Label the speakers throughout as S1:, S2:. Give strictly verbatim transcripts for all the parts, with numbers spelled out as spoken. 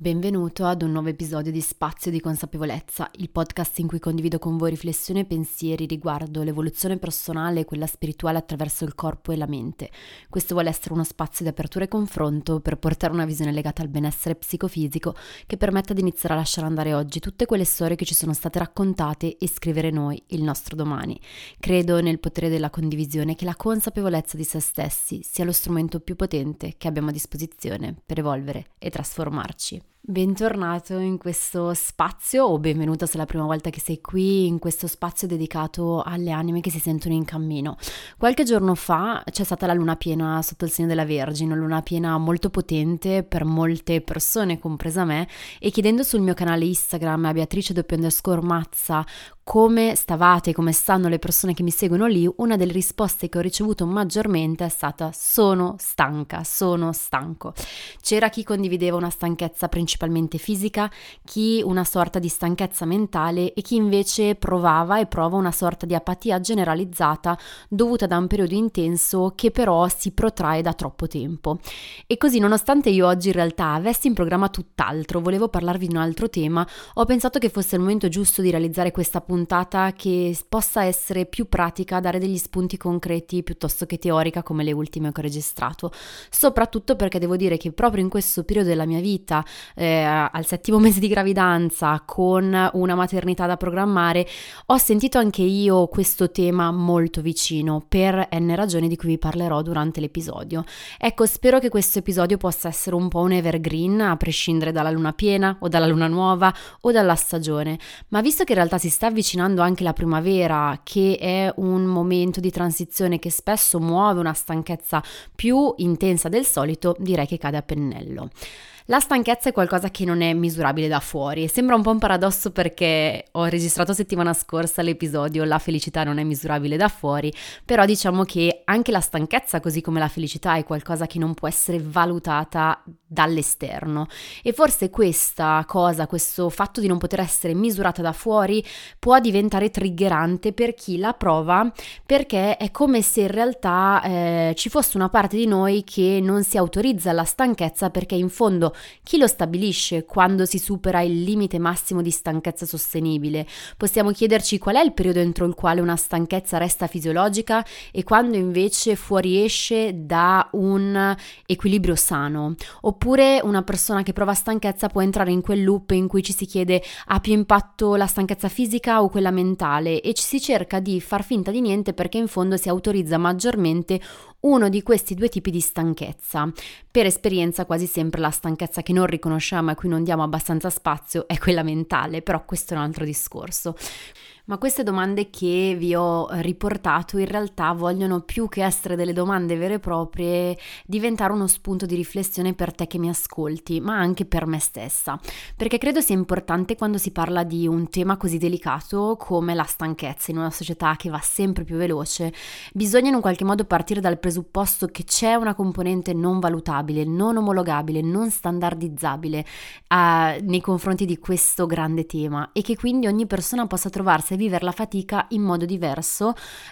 S1: Benvenuto ad un nuovo episodio di Spazio di Consapevolezza, il podcast in cui condivido con voi riflessioni e pensieri riguardo l'evoluzione personale e quella spirituale attraverso il corpo e la mente. Questo vuole essere uno spazio di apertura e confronto per portare una visione legata al benessere psicofisico che permetta di iniziare a lasciare andare oggi tutte quelle storie che ci sono state raccontate e scrivere noi il nostro domani. Credo nel potere della condivisione e che la consapevolezza di se stessi sia lo strumento più potente che abbiamo a disposizione per evolvere e trasformarci. Bentornato in questo spazio o benvenuta se è la prima volta che sei qui in questo spazio dedicato alle anime che si sentono in cammino. Qualche giorno fa c'è stata la luna piena sotto il segno della Vergine, una luna piena molto potente per molte persone, compresa me, e chiedendo sul mio canale Instagram a Beatrice doppio underscore Mazza come stavate, come stanno le persone che mi seguono lì, una delle risposte che ho ricevuto maggiormente è stata: sono stanca, sono stanco. C'era chi condivideva una stanchezza principalmente fisica, chi una sorta di stanchezza mentale e chi invece provava e prova una sorta di apatia generalizzata dovuta da un periodo intenso che però si protrae da troppo tempo. E così, nonostante io oggi in realtà avessi in programma tutt'altro, volevo parlarvi di un altro tema, ho pensato che fosse il momento giusto di realizzare questa puntata che possa essere più pratica, dare degli spunti concreti piuttosto che teorica come le ultime che ho registrato, soprattutto perché devo dire che proprio in questo periodo della mia vita, eh, al settimo mese di gravidanza con una maternità da programmare, ho sentito anche io questo tema molto vicino per n ragioni di cui vi parlerò durante l'episodio. Ecco, spero che questo episodio possa essere un po' un evergreen a prescindere dalla luna piena o dalla luna nuova o dalla stagione, ma visto che in realtà si sta avvicinando anche la primavera, che è un momento di transizione che spesso muove una stanchezza più intensa del solito, direi che cade a pennello. La stanchezza è qualcosa che non è misurabile da fuori e sembra un po' un paradosso perché ho registrato settimana scorsa l'episodio La felicità non è misurabile da fuori, però diciamo che anche la stanchezza, così come la felicità, è qualcosa che non può essere valutata dall'esterno e forse questa cosa, questo fatto di non poter essere misurata da fuori può diventare triggerante per chi la prova, perché è come se in realtà eh, ci fosse una parte di noi che non si autorizza alla stanchezza, perché in fondo chi lo stabilisce quando si supera il limite massimo di stanchezza sostenibile? Possiamo chiederci qual è il periodo entro il quale una stanchezza resta fisiologica e quando invece fuoriesce da un equilibrio sano. Oppure una persona che prova stanchezza può entrare in quel loop in cui ci si chiede: ha più impatto la stanchezza fisica o quella mentale? E ci si cerca di far finta di niente perché in fondo si autorizza maggiormente uno di questi due tipi di stanchezza. Per esperienza quasi sempre la stanchezza che non riconosciamo e a cui non diamo abbastanza spazio è quella mentale, però questo è un altro discorso. Ma queste domande che vi ho riportato in realtà vogliono, più che essere delle domande vere e proprie, diventare uno spunto di riflessione per te che mi ascolti, ma anche per me stessa, perché credo sia importante, quando si parla di un tema così delicato come la stanchezza in una società che va sempre più veloce, bisogna in un qualche modo partire dal presupposto che c'è una componente non valutabile, non omologabile, non standardizzabile eh, nei confronti di questo grande tema, e che quindi ogni persona possa trovarsi a vivere la fatica in modo diverso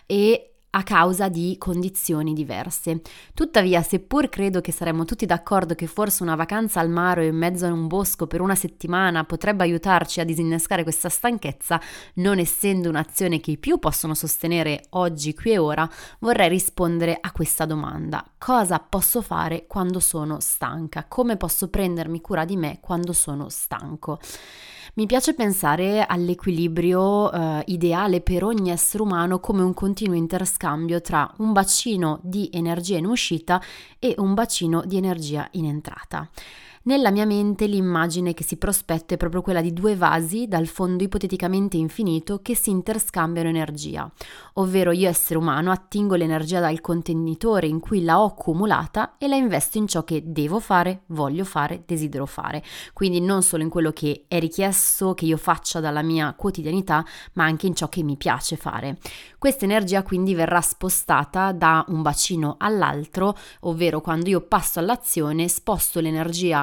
S1: e a causa di condizioni diverse. Tuttavia, seppur credo che saremmo tutti d'accordo che forse una vacanza al mare o in mezzo a un bosco per una settimana potrebbe aiutarci a disinnescare questa stanchezza, non essendo un'azione che i più possono sostenere oggi, qui e ora, vorrei rispondere a questa domanda: cosa posso fare quando sono stanca? Come posso prendermi cura di me quando sono stanco? Mi piace pensare all'equilibrio eh, ideale per ogni essere umano come un continuo interscambio tra un bacino di energia in uscita e un bacino di energia in entrata. Nella mia mente l'immagine che si prospetta è proprio quella di due vasi dal fondo ipoteticamente infinito che si interscambiano energia, ovvero io essere umano attingo l'energia dal contenitore in cui la ho accumulata e la investo in ciò che devo fare, voglio fare, desidero fare, quindi non solo in quello che è richiesto che io faccia dalla mia quotidianità, ma anche in ciò che mi piace fare. Questa energia quindi verrà spostata da un bacino all'altro, ovvero quando io passo all'azione sposto l'energia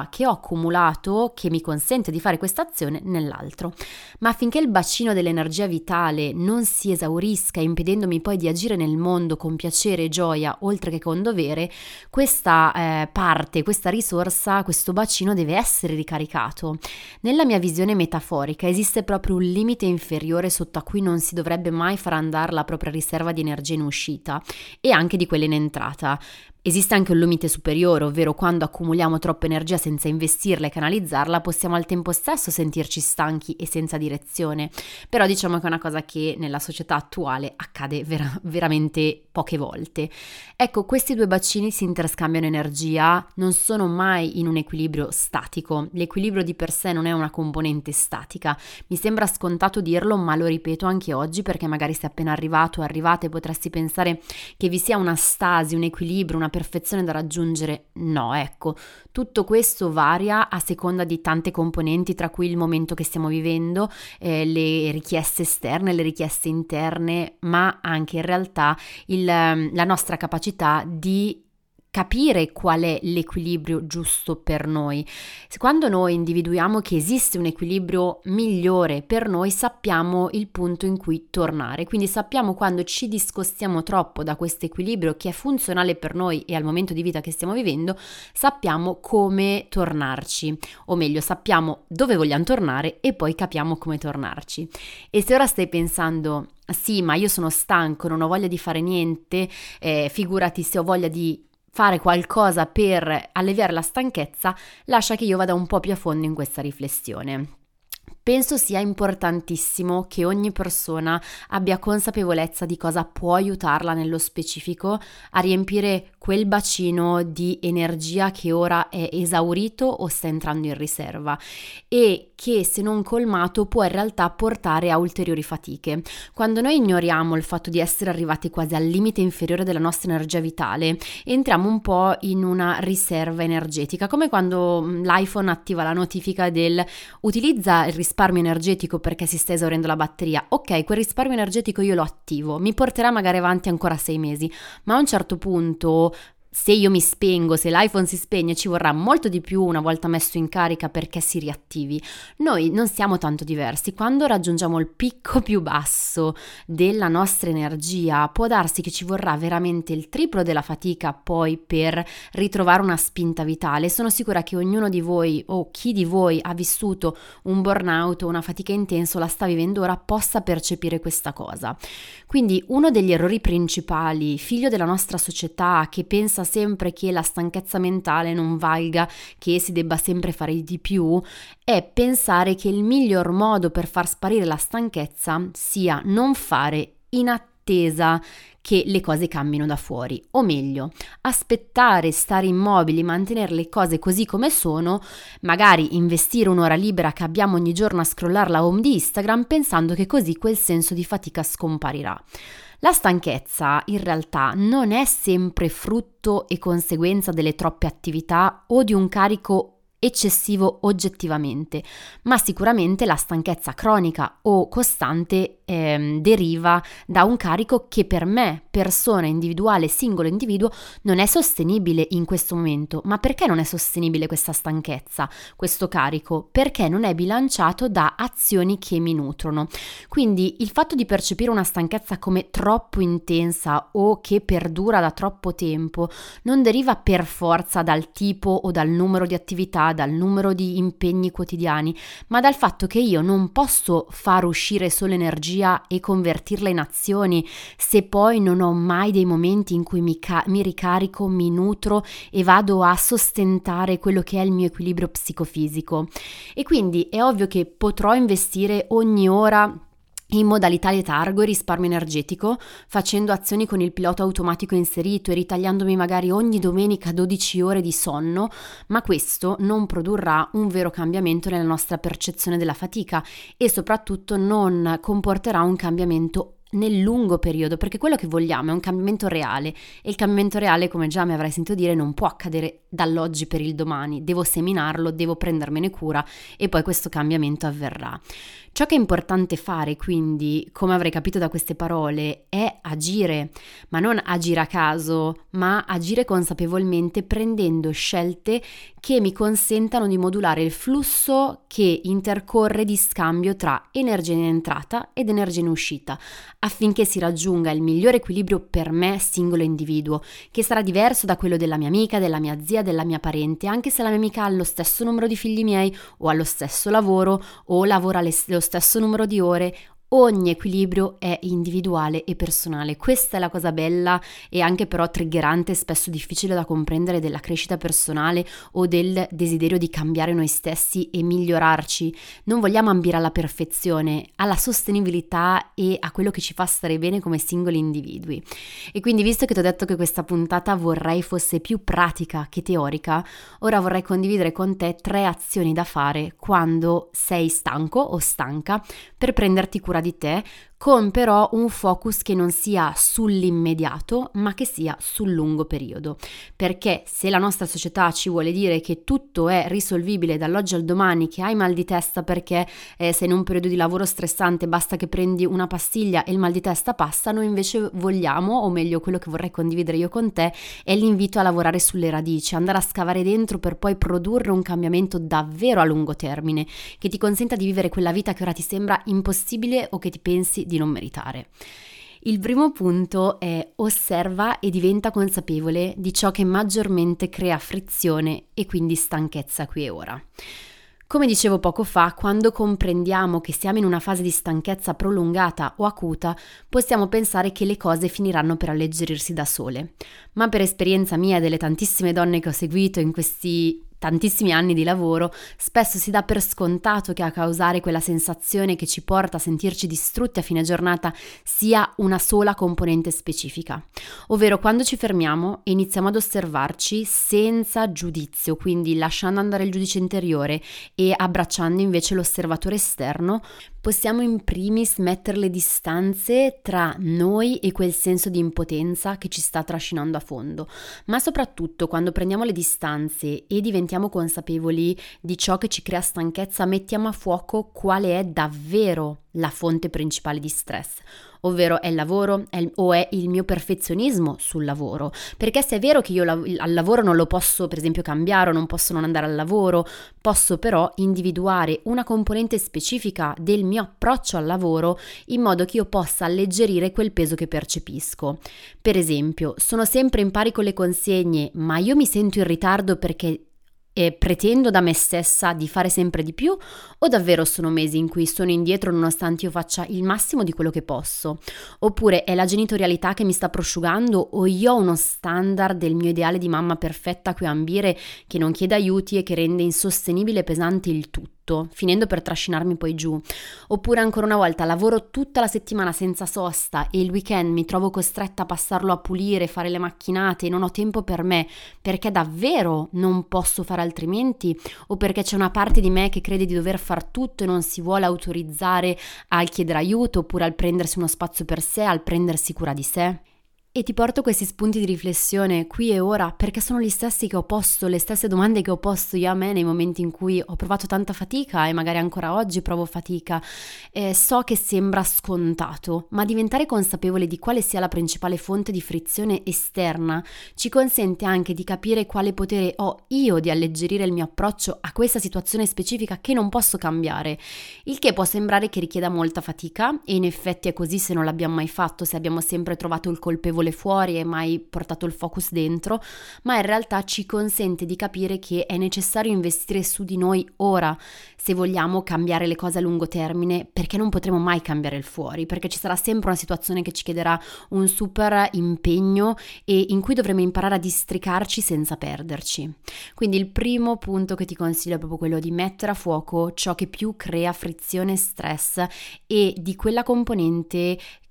S1: che ho accumulato, che mi consente di fare questa azione, nell'altro. Ma affinché il bacino dell'energia vitale non si esaurisca, impedendomi poi di agire nel mondo con piacere e gioia, oltre che con dovere, questa eh, parte, questa risorsa, questo bacino deve essere ricaricato. Nella mia visione metaforica esiste proprio un limite inferiore sotto a cui non si dovrebbe mai far andare la propria riserva di energia in uscita e anche di quella in entrata. Esiste anche un limite superiore, ovvero quando accumuliamo troppa energia senza investirla e canalizzarla, possiamo al tempo stesso sentirci stanchi e senza direzione. Però diciamo che è una cosa che nella società attuale accade vera- veramente poche volte. Ecco, questi due bacini si interscambiano energia, non sono mai in un equilibrio statico. L'equilibrio di per sé non è una componente statica. Mi sembra scontato dirlo, ma lo ripeto anche oggi perché magari sei appena arrivato o arrivata e potresti pensare che vi sia una stasi, un equilibrio, una perfezione da raggiungere. No, ecco, tutto questo varia a seconda di tante componenti, tra cui il momento che stiamo vivendo, eh, le richieste esterne, le richieste interne, ma anche in realtà il, la nostra capacità di capire qual è l'equilibrio giusto per noi. Quando noi individuiamo che esiste un equilibrio migliore per noi, sappiamo il punto in cui tornare, quindi sappiamo quando ci discostiamo troppo da questo equilibrio che è funzionale per noi e al momento di vita che stiamo vivendo, sappiamo come tornarci, o meglio sappiamo dove vogliamo tornare e poi capiamo come tornarci. E se ora stai pensando sì, ma io sono stanco, non ho voglia di fare niente, eh, figurati se ho voglia di fare qualcosa per alleviare la stanchezza, lascia che io vada un po' più a fondo in questa riflessione. Penso sia importantissimo che ogni persona abbia consapevolezza di cosa può aiutarla nello specifico a riempire quel bacino di energia che ora è esaurito o sta entrando in riserva e che, se non colmato, può in realtà portare a ulteriori fatiche. Quando noi ignoriamo il fatto di essere arrivati quasi al limite inferiore della nostra energia vitale, entriamo un po' in una riserva energetica, come quando l'iPhone attiva la notifica del utilizza il risparmio energetico perché si sta esaurendo la batteria. Ok, quel risparmio energetico io lo attivo, mi porterà magari avanti ancora sei mesi, ma a un certo punto, se io mi spengo, se l'iPhone si spegne, ci vorrà molto di più una volta messo in carica perché si riattivi. Noi non siamo tanto diversi. Quando raggiungiamo il picco più basso della nostra energia, può darsi che ci vorrà veramente il triplo della fatica poi per ritrovare una spinta vitale. Sono sicura che ognuno di voi o chi di voi ha vissuto un burnout o una fatica intensa, la sta vivendo ora, possa percepire questa cosa. Quindi uno degli errori principali, figlio della nostra società che pensa sempre che la stanchezza mentale non valga, che si debba sempre fare di più, è pensare che il miglior modo per far sparire la stanchezza sia non fare in attesa che le cose cambino da fuori, o meglio, aspettare, stare immobili, mantenere le cose così come sono, magari investire un'ora libera che abbiamo ogni giorno a scrollare la home di Instagram pensando che così quel senso di fatica scomparirà. La stanchezza in realtà non è sempre frutto e conseguenza delle troppe attività o di un carico eccessivo oggettivamente, ma sicuramente la stanchezza cronica o costante ehm, deriva da un carico che per me, persona individuale, singolo individuo, non è sostenibile in questo momento. Ma perché non è sostenibile questa stanchezza, questo carico? Perché non è bilanciato da azioni che mi nutrono. Quindi il fatto di percepire una stanchezza come troppo intensa o che perdura da troppo tempo non deriva per forza dal tipo o dal numero di attività, dal numero di impegni quotidiani, ma dal fatto che io non posso far uscire solo energia e convertirla in azioni se poi non ho mai dei momenti in cui mi, ca- mi ricarico, mi nutro e vado a sostentare quello che è il mio equilibrio psicofisico. E quindi è ovvio che potrò investire ogni ora in modalità letargo e risparmio energetico, facendo azioni con il pilota automatico inserito e ritagliandomi magari ogni domenica dodici ore di sonno, ma questo non produrrà un vero cambiamento nella nostra percezione della fatica e soprattutto non comporterà un cambiamento nel lungo periodo, perché quello che vogliamo è un cambiamento reale e il cambiamento reale, come già mi avrai sentito dire, non può accadere dall'oggi per il domani, devo seminarlo, devo prendermene cura e poi questo cambiamento avverrà. Ciò che è importante fare, quindi, come avrei capito da queste parole, è agire, ma non agire a caso, ma agire consapevolmente prendendo scelte che mi consentano di modulare il flusso che intercorre di scambio tra energia in entrata ed energia in uscita, affinché si raggiunga il migliore equilibrio per me singolo individuo, che sarà diverso da quello della mia amica, della mia zia, della mia parente, anche se la mia amica ha lo stesso numero di figli miei o ha lo stesso lavoro o lavora le, lo stesso numero di ore. Ogni equilibrio è individuale e personale. Questa è la cosa bella e anche però triggerante, spesso difficile da comprendere, della crescita personale o del desiderio di cambiare noi stessi e migliorarci. Non vogliamo ambire alla perfezione, alla sostenibilità e a quello che ci fa stare bene come singoli individui. E quindi, visto che ti ho detto che questa puntata vorrei fosse più pratica che teorica, ora vorrei condividere con te tre azioni da fare quando sei stanco o stanca per prenderti cura di te, con però un focus che non sia sull'immediato ma che sia sul lungo periodo, perché se la nostra società ci vuole dire che tutto è risolvibile dall'oggi al domani, che hai mal di testa perché eh, sei in un periodo di lavoro stressante, basta che prendi una pastiglia e il mal di testa passa, noi invece vogliamo, o meglio quello che vorrei condividere io con te è l'invito a lavorare sulle radici, andare a scavare dentro per poi produrre un cambiamento davvero a lungo termine che ti consenta di vivere quella vita che ora ti sembra impossibile o che ti pensi di non meritare. Il primo punto è: osserva e diventa consapevole di ciò che maggiormente crea frizione e quindi stanchezza qui e ora. Come dicevo poco fa, quando comprendiamo che siamo in una fase di stanchezza prolungata o acuta, possiamo pensare che le cose finiranno per alleggerirsi da sole. Ma per esperienza mia e delle tantissime donne che ho seguito in questi tantissimi anni di lavoro, spesso si dà per scontato che a causare quella sensazione che ci porta a sentirci distrutti a fine giornata sia una sola componente specifica, ovvero quando ci fermiamo e iniziamo ad osservarci senza giudizio, quindi lasciando andare il giudice interiore e abbracciando invece l'osservatore esterno, possiamo in primis mettere le distanze tra noi e quel senso di impotenza che ci sta trascinando a fondo, ma soprattutto quando prendiamo le distanze e diventiamo consapevoli di ciò che ci crea stanchezza, mettiamo a fuoco quale è davvero la fonte principale di stress, ovvero è il lavoro è il, o è il mio perfezionismo sul lavoro, perché se è vero che io la, al lavoro non lo posso per esempio cambiare o non posso non andare al lavoro, posso però individuare una componente specifica del mio approccio al lavoro in modo che io possa alleggerire quel peso che percepisco. Per esempio, sono sempre in pari con le consegne, ma io mi sento in ritardo perché e pretendo da me stessa di fare sempre di più, o davvero sono mesi in cui sono indietro nonostante io faccia il massimo di quello che posso? Oppure è la genitorialità che mi sta prosciugando, o io ho uno standard del mio ideale di mamma perfetta a cui ambire che non chiede aiuti e che rende insostenibile e pesante il tutto, finendo per trascinarmi poi giù? Oppure ancora una volta lavoro tutta la settimana senza sosta e il weekend mi trovo costretta a passarlo a pulire, fare le macchinate e non ho tempo per me perché davvero non posso fare altrimenti, o perché c'è una parte di me che crede di dover far tutto e non si vuole autorizzare al chiedere aiuto, oppure al prendersi uno spazio per sé, al prendersi cura di sé. E ti porto questi spunti di riflessione qui e ora perché sono gli stessi che ho posto, le stesse domande che ho posto io a me nei momenti in cui ho provato tanta fatica e magari ancora oggi provo fatica. Eh, so che sembra scontato, ma diventare consapevole di quale sia la principale fonte di frizione esterna ci consente anche di capire quale potere ho io di alleggerire il mio approccio a questa situazione specifica che non posso cambiare. Il che può sembrare che richieda molta fatica, e in effetti è così se non l'abbiamo mai fatto, se abbiamo sempre trovato il colpevole fuori e mai portato il focus dentro, ma in realtà ci consente di capire che è necessario investire su di noi ora se vogliamo cambiare le cose a lungo termine, perché non potremo mai cambiare il fuori, perché ci sarà sempre una situazione che ci chiederà un super impegno e in cui dovremo imparare a districarci senza perderci. Quindi il primo punto che ti consiglio è proprio quello di mettere a fuoco ciò che più crea frizione e stress, e di quella componente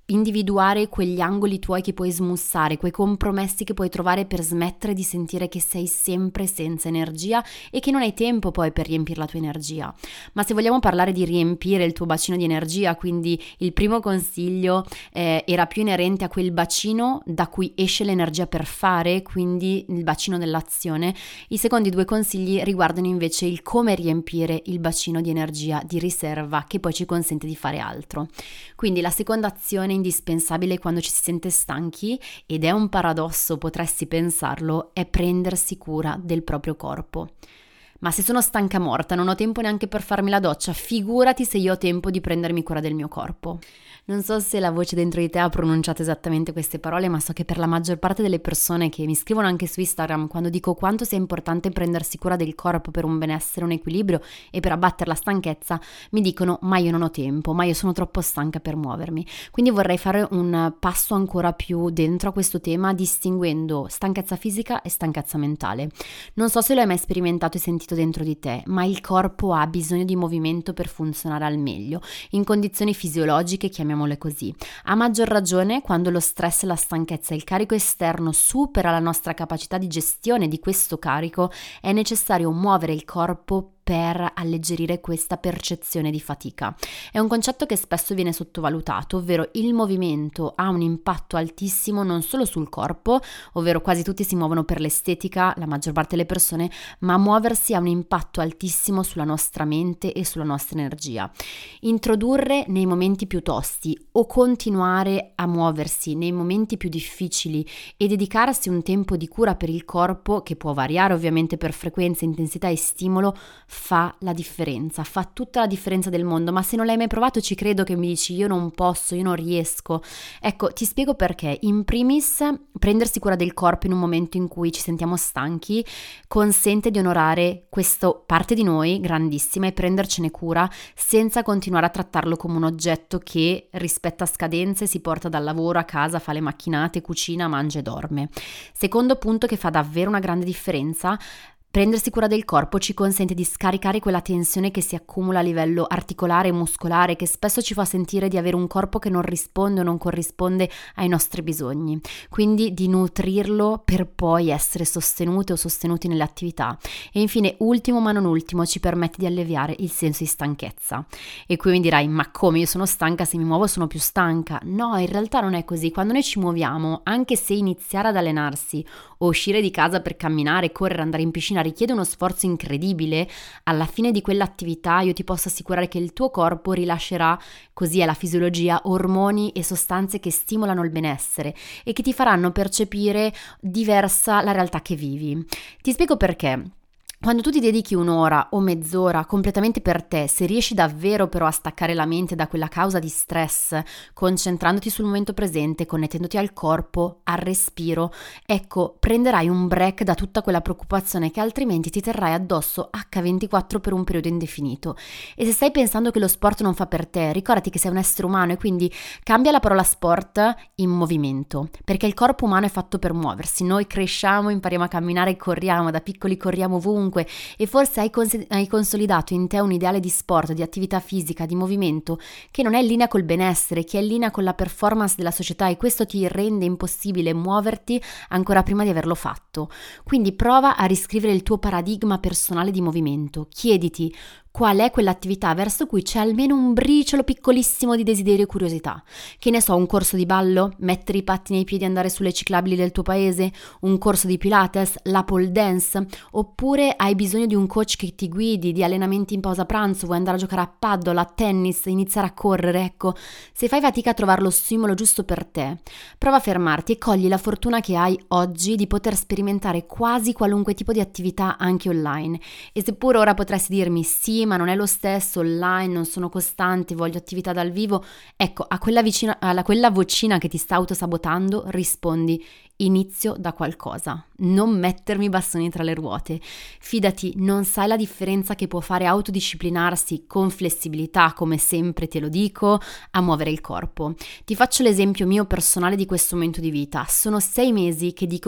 S1: individuare quegli angoli tuoi che puoi smussare, quei compromessi che puoi trovare per smettere di sentire che sei sempre senza energia e che non hai tempo poi per riempire la tua energia. Ma se vogliamo parlare di riempire il tuo bacino di energia, quindi il primo consiglio eh, era più inerente a quel bacino da cui esce l'energia per fare, quindi il bacino dell'azione. I secondi due consigli riguardano invece il come riempire il bacino di energia di riserva che poi ci consente di fare altro. Quindi la seconda azione indispensabile quando ci si sente stanchi, ed è un paradosso, potresti pensarlo, è prendersi cura del proprio corpo. Ma se sono stanca morta, non ho tempo neanche per farmi la doccia, figurati se io ho tempo di prendermi cura del mio corpo. Non so se la voce dentro di te ha pronunciato esattamente queste parole, ma so che per la maggior parte delle persone che mi scrivono anche su Instagram, quando dico quanto sia importante prendersi cura del corpo per un benessere, un equilibrio e per abbattere la stanchezza, mi dicono ma io non ho tempo, ma io sono troppo stanca per muovermi. Quindi vorrei fare un passo ancora più dentro a questo tema, distinguendo stanchezza fisica e stanchezza mentale. Non so se lo hai mai sperimentato e sentito dentro di te, ma il corpo ha bisogno di movimento per funzionare al meglio, in condizioni fisiologiche, chiamiamole così. A maggior ragione quando lo stress, la stanchezza e il carico esterno supera la nostra capacità di gestione di questo carico, è necessario muovere il corpo per alleggerire questa percezione di fatica. È un concetto che spesso viene sottovalutato, ovvero il movimento ha un impatto altissimo non solo sul corpo, ovvero quasi tutti si muovono per l'estetica, la maggior parte delle persone, ma muoversi ha un impatto altissimo sulla nostra mente e sulla nostra energia. Introdurre nei momenti più tosti o continuare a muoversi nei momenti più difficili e dedicarsi un tempo di cura per il corpo, che può variare ovviamente per frequenza, intensità e stimolo, fa la differenza, fa tutta la differenza del mondo. Ma se non l'hai mai provato, ci credo che mi dici io non posso, io non riesco. Ecco, ti spiego perché. In primis, prendersi cura del corpo in un momento in cui ci sentiamo stanchi consente di onorare questa parte di noi grandissima e prendercene cura senza continuare a trattarlo come un oggetto che rispetta scadenze, si porta dal lavoro a casa, fa le macchinate, cucina, mangia e dorme. Secondo punto che fa davvero una grande differenza: prendersi cura del corpo ci consente di scaricare quella tensione che si accumula a livello articolare e muscolare, che spesso ci fa sentire di avere un corpo che non risponde o non corrisponde ai nostri bisogni, quindi di nutrirlo per poi essere sostenute o sostenuti nelle attività. E infine, ultimo ma non ultimo, ci permette di alleviare il senso di stanchezza. E qui mi dirai, ma come, io sono stanca, se mi muovo sono più stanca? No, in realtà non è così. Quando noi ci muoviamo, anche se iniziare ad allenarsi o uscire di casa per camminare, correre, andare in piscina richiede uno sforzo incredibile, alla fine di quell'attività io ti posso assicurare che il tuo corpo rilascerà, così è la fisiologia, ormoni e sostanze che stimolano il benessere e che ti faranno percepire diversa la realtà che vivi. Ti spiego perché. Quando tu ti dedichi un'ora o mezz'ora completamente per te, se riesci davvero però a staccare la mente da quella causa di stress, concentrandoti sul momento presente, connettendoti al corpo, al respiro, ecco, prenderai un break da tutta quella preoccupazione che altrimenti ti terrai addosso acca ventiquattro per un periodo indefinito. E se stai pensando che lo sport non fa per te, ricordati che sei un essere umano e quindi cambia la parola sport in movimento, perché il corpo umano è fatto per muoversi. Noi cresciamo, impariamo a camminare e corriamo, da piccoli corriamo ovunque, e forse hai, cons- hai consolidato in te un ideale di sport, di attività fisica, di movimento che non è in linea col benessere, che è in linea con la performance della società, e questo ti rende impossibile muoverti ancora prima di averlo fatto. Quindi prova a riscrivere il tuo paradigma personale di movimento. Chiediti qual è quell'attività verso cui c'è almeno un briciolo piccolissimo di desiderio e curiosità. Che ne so, un corso di ballo? Mettere i pattini ai piedi e andare sulle ciclabili del tuo paese? Un corso di Pilates? La pole dance? Oppure hai bisogno di un coach che ti guidi, di allenamenti in pausa pranzo? Vuoi andare a giocare a paddle, a tennis, iniziare a correre? Ecco, se fai fatica a trovare lo stimolo giusto per te, prova a fermarti e cogli la fortuna che hai oggi di poter sperimentare quasi qualunque tipo di attività anche online. E seppure ora potresti dirmi sì, ma non è lo stesso, online, non sono costante, voglio attività dal vivo, ecco, a quella, vicina, a quella vocina che ti sta autosabotando rispondi: inizio da qualcosa, non mettermi i bastoni tra le ruote. Fidati, non sai la differenza che può fare autodisciplinarsi con flessibilità, come sempre te lo dico, a muovere il corpo. Ti faccio l'esempio mio personale di questo momento di vita. Sono sei mesi che dico che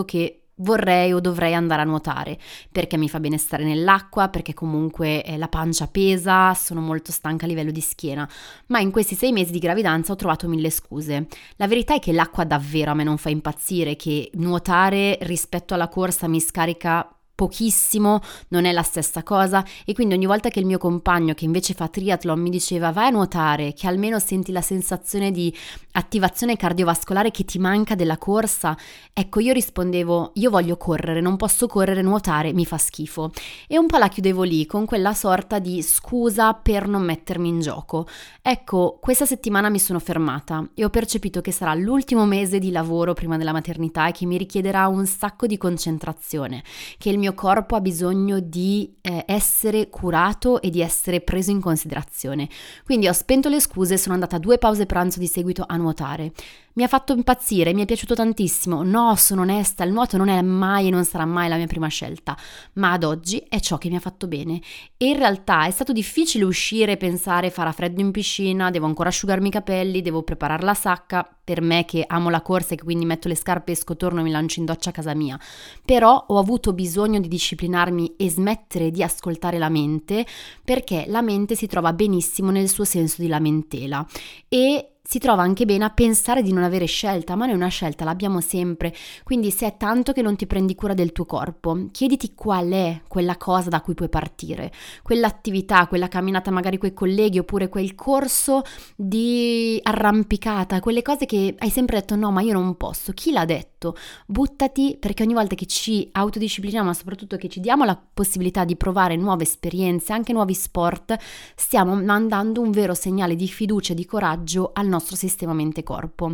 S1: vorrei o dovrei andare a nuotare, perché mi fa bene stare nell'acqua, perché comunque eh, la pancia pesa, sono molto stanca a livello di schiena, ma in questi sei mesi di gravidanza ho trovato mille scuse. La verità è che l'acqua davvero a me non fa impazzire, che nuotare rispetto alla corsa mi scarica pochissimo, non è la stessa cosa, e quindi ogni volta che il mio compagno, che invece fa triathlon, mi diceva vai a nuotare, che almeno senti la sensazione di attivazione cardiovascolare che ti manca della corsa, ecco, io rispondevo io voglio correre, non posso correre, nuotare mi fa schifo, e un po' la chiudevo lì con quella sorta di scusa per non mettermi in gioco. Ecco, questa settimana mi sono fermata e ho percepito che sarà l'ultimo mese di lavoro prima della maternità e che mi richiederà un sacco di concentrazione, che il mio corpo ha bisogno di eh, essere curato e di essere preso in considerazione. Quindi ho spento le scuse e sono andata a due pause pranzo di seguito a nuotare. Mi ha fatto impazzire, mi è piaciuto tantissimo. No, sono onesta, il nuoto non è mai e non sarà mai la mia prima scelta, ma ad oggi è ciò che mi ha fatto bene. E in realtà è stato difficile uscire e pensare farà freddo in piscina, devo ancora asciugarmi i capelli, devo preparare la sacca, per me che amo la corsa e che quindi metto le scarpe, esco, torno e mi lancio in doccia a casa mia. Però ho avuto bisogno di disciplinarmi e smettere di ascoltare la mente, perché la mente si trova benissimo nel suo senso di lamentela e si trova anche bene a pensare di non avere scelta, ma noi una scelta l'abbiamo sempre. Quindi se è tanto che non ti prendi cura del tuo corpo, chiediti qual è quella cosa da cui puoi partire, quell'attività, quella camminata magari coi colleghi, oppure quel corso di arrampicata, quelle cose che hai sempre detto no, ma io non posso. Chi l'ha detto? Buttati, perché ogni volta che ci autodiscipliniamo, ma soprattutto che ci diamo la possibilità di provare nuove esperienze, anche nuovi sport, stiamo mandando un vero segnale di fiducia e di coraggio al nostro sistema mente-corpo.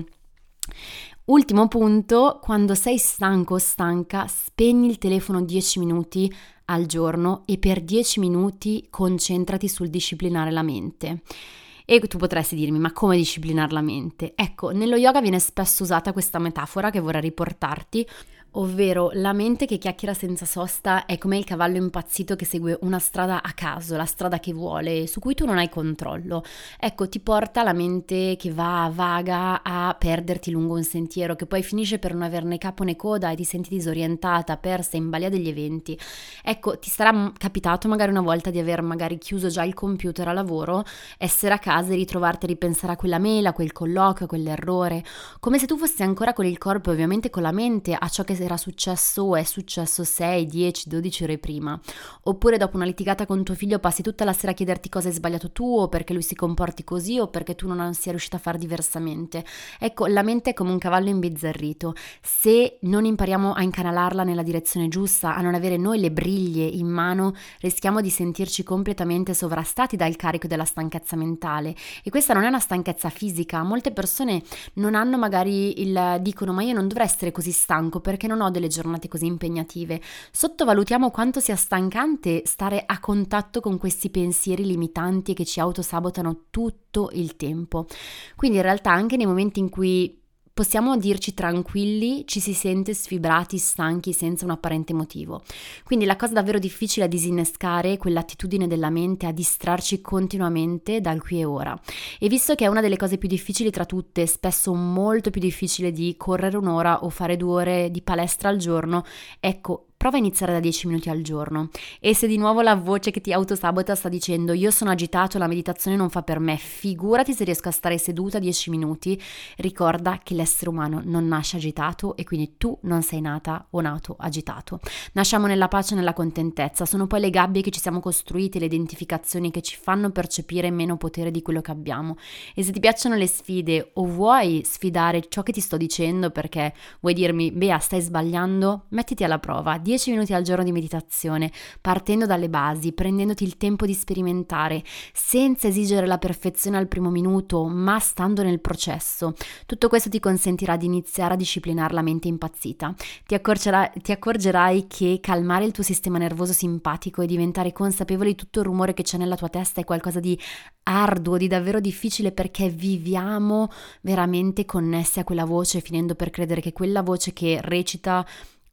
S1: Ultimo punto, quando sei stanco o stanca, spegni il telefono dieci minuti al giorno e per dieci minuti concentrati sul disciplinare la mente. E tu potresti dirmi, ma come disciplinare la mente? Ecco, nello yoga viene spesso usata questa metafora che vorrei riportarti, ovvero la mente che chiacchiera senza sosta è come il cavallo impazzito che segue una strada a caso, la strada che vuole, su cui tu non hai controllo. Ecco, ti porta la mente che va vaga a perderti lungo un sentiero, che poi finisce per non averne capo né coda e ti senti disorientata, persa, in balia degli eventi. Ecco, ti sarà capitato magari una volta di aver magari chiuso già il computer a lavoro, essere a casa e ritrovarti a ripensare a quella mail, a quel colloquio, a quell'errore, come se tu fossi ancora con il corpo e ovviamente con la mente a ciò che era successo o è successo sei, dieci, dodici ore prima. Oppure dopo una litigata con tuo figlio passi tutta la sera a chiederti cosa hai sbagliato tu, o perché lui si comporti così, o perché tu non sia riuscita a fare diversamente. Ecco, la mente è come un cavallo imbizzarrito. Se non impariamo a incanalarla nella direzione giusta, a non avere noi le briglie in mano, rischiamo di sentirci completamente sovrastati dal carico della stanchezza mentale. E questa non è una stanchezza fisica. Molte persone non hanno magari il dicono ma io non dovrei essere così stanco perché non ho delle giornate così impegnative. Sottovalutiamo quanto sia stancante stare a contatto con questi pensieri limitanti che ci autosabotano tutto il tempo. Quindi in realtà anche nei momenti in cui possiamo dirci tranquilli, ci si sente sfibrati, stanchi, senza un apparente motivo. Quindi la cosa davvero difficile è disinnescare è quell'attitudine della mente a distrarci continuamente dal qui e ora. E visto che è una delle cose più difficili tra tutte, spesso molto più difficile di correre un'ora o fare due ore di palestra al giorno, ecco, prova a iniziare da dieci minuti al giorno. E se di nuovo la voce che ti autosabota sta dicendo io sono agitato, la meditazione non fa per me, figurati se riesco a stare seduta dieci minuti, ricorda che l'essere umano non nasce agitato e quindi tu non sei nata o nato agitato. Nasciamo nella pace e nella contentezza, sono poi le gabbie che ci siamo costruite, le identificazioni che ci fanno percepire meno potere di quello che abbiamo. E se ti piacciono le sfide o vuoi sfidare ciò che ti sto dicendo perché vuoi dirmi Bea stai sbagliando, mettiti alla prova. dieci minuti al giorno di meditazione, partendo dalle basi, prendendoti il tempo di sperimentare, senza esigere la perfezione al primo minuto, ma stando nel processo. Tutto questo ti consentirà di iniziare a disciplinare la mente impazzita. Ti accorgerai, ti accorgerai che calmare il tuo sistema nervoso simpatico e diventare consapevole di tutto il rumore che c'è nella tua testa è qualcosa di arduo, di davvero difficile, perché viviamo veramente connessi a quella voce, finendo per credere che quella voce che recita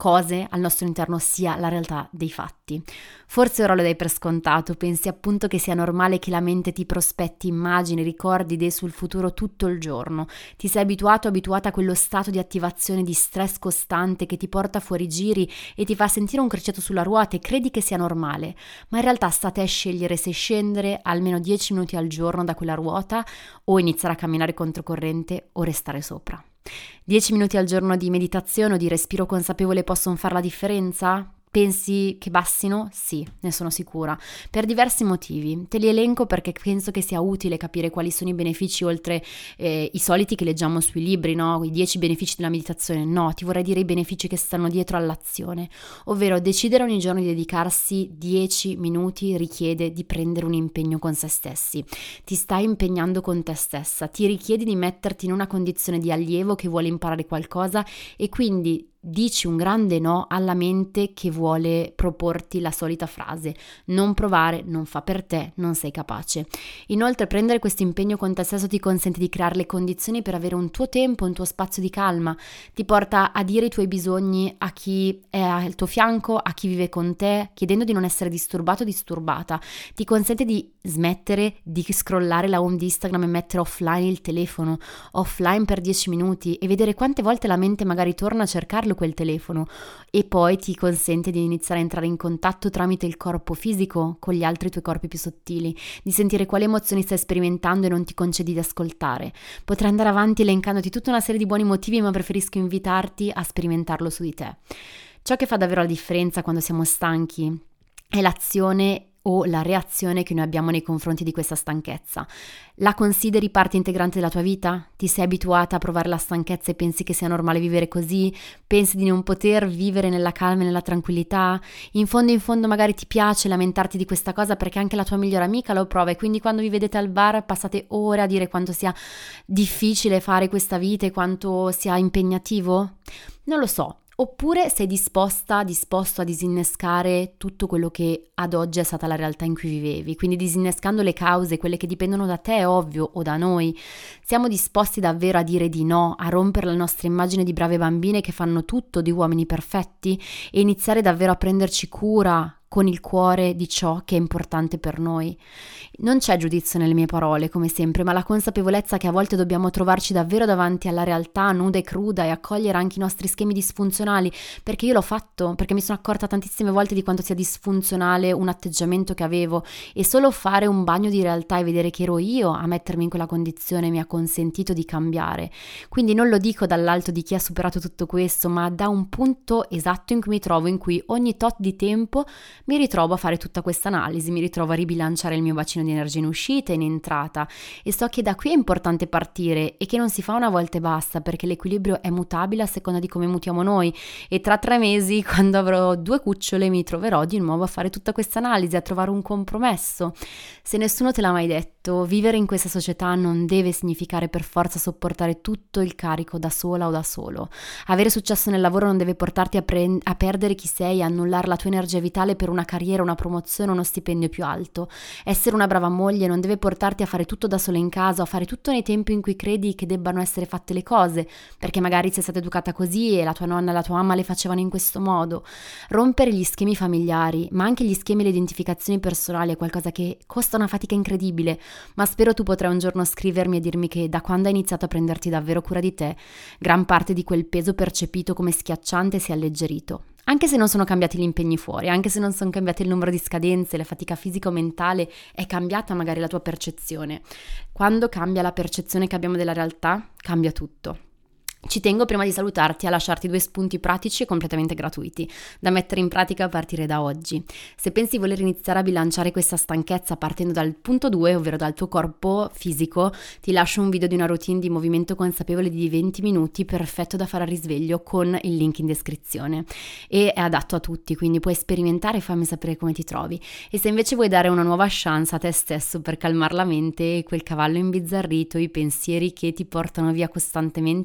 S1: cose al nostro interno sia la realtà dei fatti. Forse ora lo dai per scontato, pensi appunto che sia normale che la mente ti prospetti immagini, ricordi, idee sul futuro tutto il giorno. Ti sei abituato, abituata a quello stato di attivazione, di stress costante che ti porta fuori giri e ti fa sentire un criceto sulla ruota e credi che sia normale, ma in realtà sta a te a scegliere se scendere almeno dieci minuti al giorno da quella ruota o iniziare a camminare controcorrente o restare sopra. dieci minuti al giorno di meditazione o di respiro consapevole possono fare la differenza? Pensi che bastino? Sì, ne sono sicura, per diversi motivi. Te li elenco perché penso che sia utile capire quali sono i benefici oltre eh, i soliti che leggiamo sui libri, no? I dieci benefici della meditazione. No, ti vorrei dire i benefici che stanno dietro all'azione, ovvero decidere ogni giorno di dedicarsi dieci minuti richiede di prendere un impegno con se stessi. Ti stai impegnando con te stessa, ti richiedi di metterti in una condizione di allievo che vuole imparare qualcosa e quindi dici un grande no alla mente che vuole proporti la solita frase: non provare, non fa per te, non sei capace. Inoltre prendere questo impegno con te stesso ti consente di creare le condizioni per avere un tuo tempo, un tuo spazio di calma, ti porta a dire i tuoi bisogni a chi è al tuo fianco, a chi vive con te, chiedendo di non essere disturbato o disturbata, ti consente di smettere di scrollare la home di Instagram e mettere offline il telefono, offline per dieci minuti e vedere quante volte la mente magari torna a cercarlo quel telefono, e poi ti consente di iniziare a entrare in contatto tramite il corpo fisico con gli altri tuoi corpi più sottili, di sentire quali emozioni stai sperimentando e non ti concedi di ascoltare. Potrei andare avanti elencandoti tutta una serie di buoni motivi, ma preferisco invitarti a sperimentarlo su di te. Ciò che fa davvero la differenza quando siamo stanchi è l'azione o la reazione che noi abbiamo nei confronti di questa stanchezza. La consideri parte integrante della tua vita? Ti sei abituata a provare la stanchezza e pensi che sia normale vivere così? Pensi di non poter vivere nella calma e nella tranquillità? In fondo in fondo magari ti piace lamentarti di questa cosa perché anche la tua migliore amica lo prova e quindi quando vi vedete al bar passate ore a dire quanto sia difficile fare questa vita e quanto sia impegnativo? Non lo so. Oppure sei disposta, disposto a disinnescare tutto quello che ad oggi è stata la realtà in cui vivevi, quindi disinnescando le cause, quelle che dipendono da te, ovvio, o da noi. Siamo disposti davvero a dire di no, a rompere la nostra immagine di brave bambine che fanno tutto, di uomini perfetti, e iniziare davvero a prenderci cura con il cuore di ciò che è importante per noi. Non c'è giudizio nelle mie parole, come sempre, ma la consapevolezza che a volte dobbiamo trovarci davvero davanti alla realtà nuda e cruda e accogliere anche i nostri schemi disfunzionali, perché io l'ho fatto, perché mi sono accorta tantissime volte di quanto sia disfunzionale un atteggiamento che avevo, e solo fare un bagno di realtà e vedere che ero io a mettermi in quella condizione mi ha consentito di cambiare. Quindi non lo dico dall'alto di chi ha superato tutto questo, ma da un punto esatto in cui mi trovo, in cui ogni tot di tempo mi ritrovo a fare tutta questa analisi, mi ritrovo a ribilanciare il mio bacino di energia in uscita e in entrata, e so che da qui è importante partire e che non si fa una volta e basta, perché l'equilibrio è mutabile a seconda di come mutiamo noi, e tra tre mesi, quando avrò due cucciole, mi troverò di nuovo a fare tutta questa analisi, a trovare un compromesso. Se nessuno te l'ha mai detto, vivere in questa società non deve significare per forza sopportare tutto il carico da sola o da solo. Avere successo nel lavoro non deve portarti a, pre- a perdere chi sei, a annullare la tua energia vitale per una carriera, una promozione, uno stipendio più alto. Essere una brava moglie non deve portarti a fare tutto da sola in casa, a fare tutto nei tempi in cui credi che debbano essere fatte le cose, perché magari sei stata educata così e la tua nonna e la tua mamma le facevano in questo modo. Rompere gli schemi familiari, ma anche gli schemi e le identificazioni personali è qualcosa che costa una fatica incredibile, ma spero tu potrai un giorno scrivermi e dirmi che da quando hai iniziato a prenderti davvero cura di te, gran parte di quel peso percepito come schiacciante si è alleggerito. Anche se non sono cambiati gli impegni fuori, anche se non sono cambiati il numero di scadenze, la fatica fisica o mentale, è cambiata magari la tua percezione. Quando cambia la percezione che abbiamo della realtà, cambia tutto. Ci tengo prima di salutarti a lasciarti due spunti pratici e completamente gratuiti da mettere in pratica a partire da oggi. Se pensi di voler iniziare a bilanciare questa stanchezza partendo dal punto due, ovvero dal tuo corpo fisico, ti lascio un video di una routine di movimento consapevole di venti minuti perfetto da fare a risveglio con il link in descrizione, e è adatto a tutti, quindi puoi sperimentare e fammi sapere come ti trovi. E se invece vuoi dare una nuova chance a te stesso per calmare la mente e quel cavallo imbizzarrito, i pensieri che ti portano via costantemente,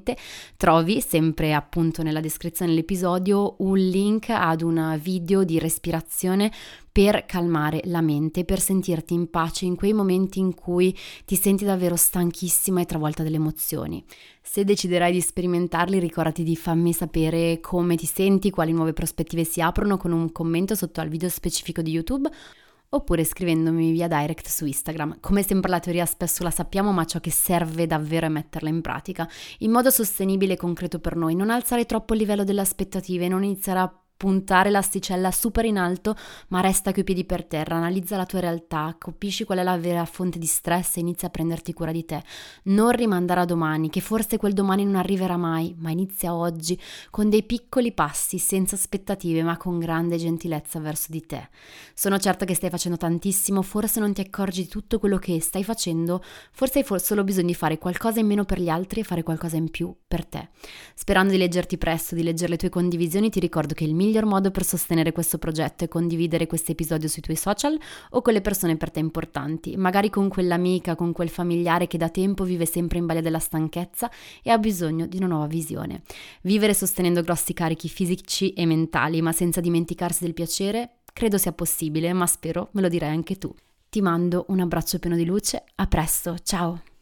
S1: Trovi, sempre appunto nella descrizione dell'episodio, un link ad un video di respirazione per calmare la mente, per sentirti in pace in quei momenti in cui ti senti davvero stanchissima e travolta dalle emozioni. Se deciderai di sperimentarli, ricordati di farmi sapere come ti senti, quali nuove prospettive si aprono con un commento sotto al video specifico di YouTube, oppure scrivendomi via direct su Instagram. Come sempre la teoria spesso la sappiamo, ma ciò che serve davvero è metterla in pratica, in modo sostenibile e concreto per noi. Non alzare troppo il livello delle aspettative, non iniziare a puntare l'asticella super in alto, ma resta coi piedi per terra, analizza la tua realtà, capisci qual è la vera fonte di stress e inizia a prenderti cura di te. Non rimandare a domani, che forse quel domani non arriverà mai, ma inizia oggi, con dei piccoli passi, senza aspettative, ma con grande gentilezza verso di te. Sono certa che stai facendo tantissimo, forse non ti accorgi di tutto quello che stai facendo, forse hai solo bisogno di fare qualcosa in meno per gli altri e fare qualcosa in più per te. Sperando di leggerti presto, di leggere le tue condivisioni, ti ricordo che il mio Il miglior modo per sostenere questo progetto è condividere questo episodio sui tuoi social o con le persone per te importanti, magari con quell'amica, con quel familiare che da tempo vive sempre in balia della stanchezza e ha bisogno di una nuova visione. Vivere sostenendo grossi carichi fisici e mentali, ma senza dimenticarsi del piacere, credo sia possibile, ma spero me lo dirai anche tu. Ti mando un abbraccio pieno di luce, a presto, ciao!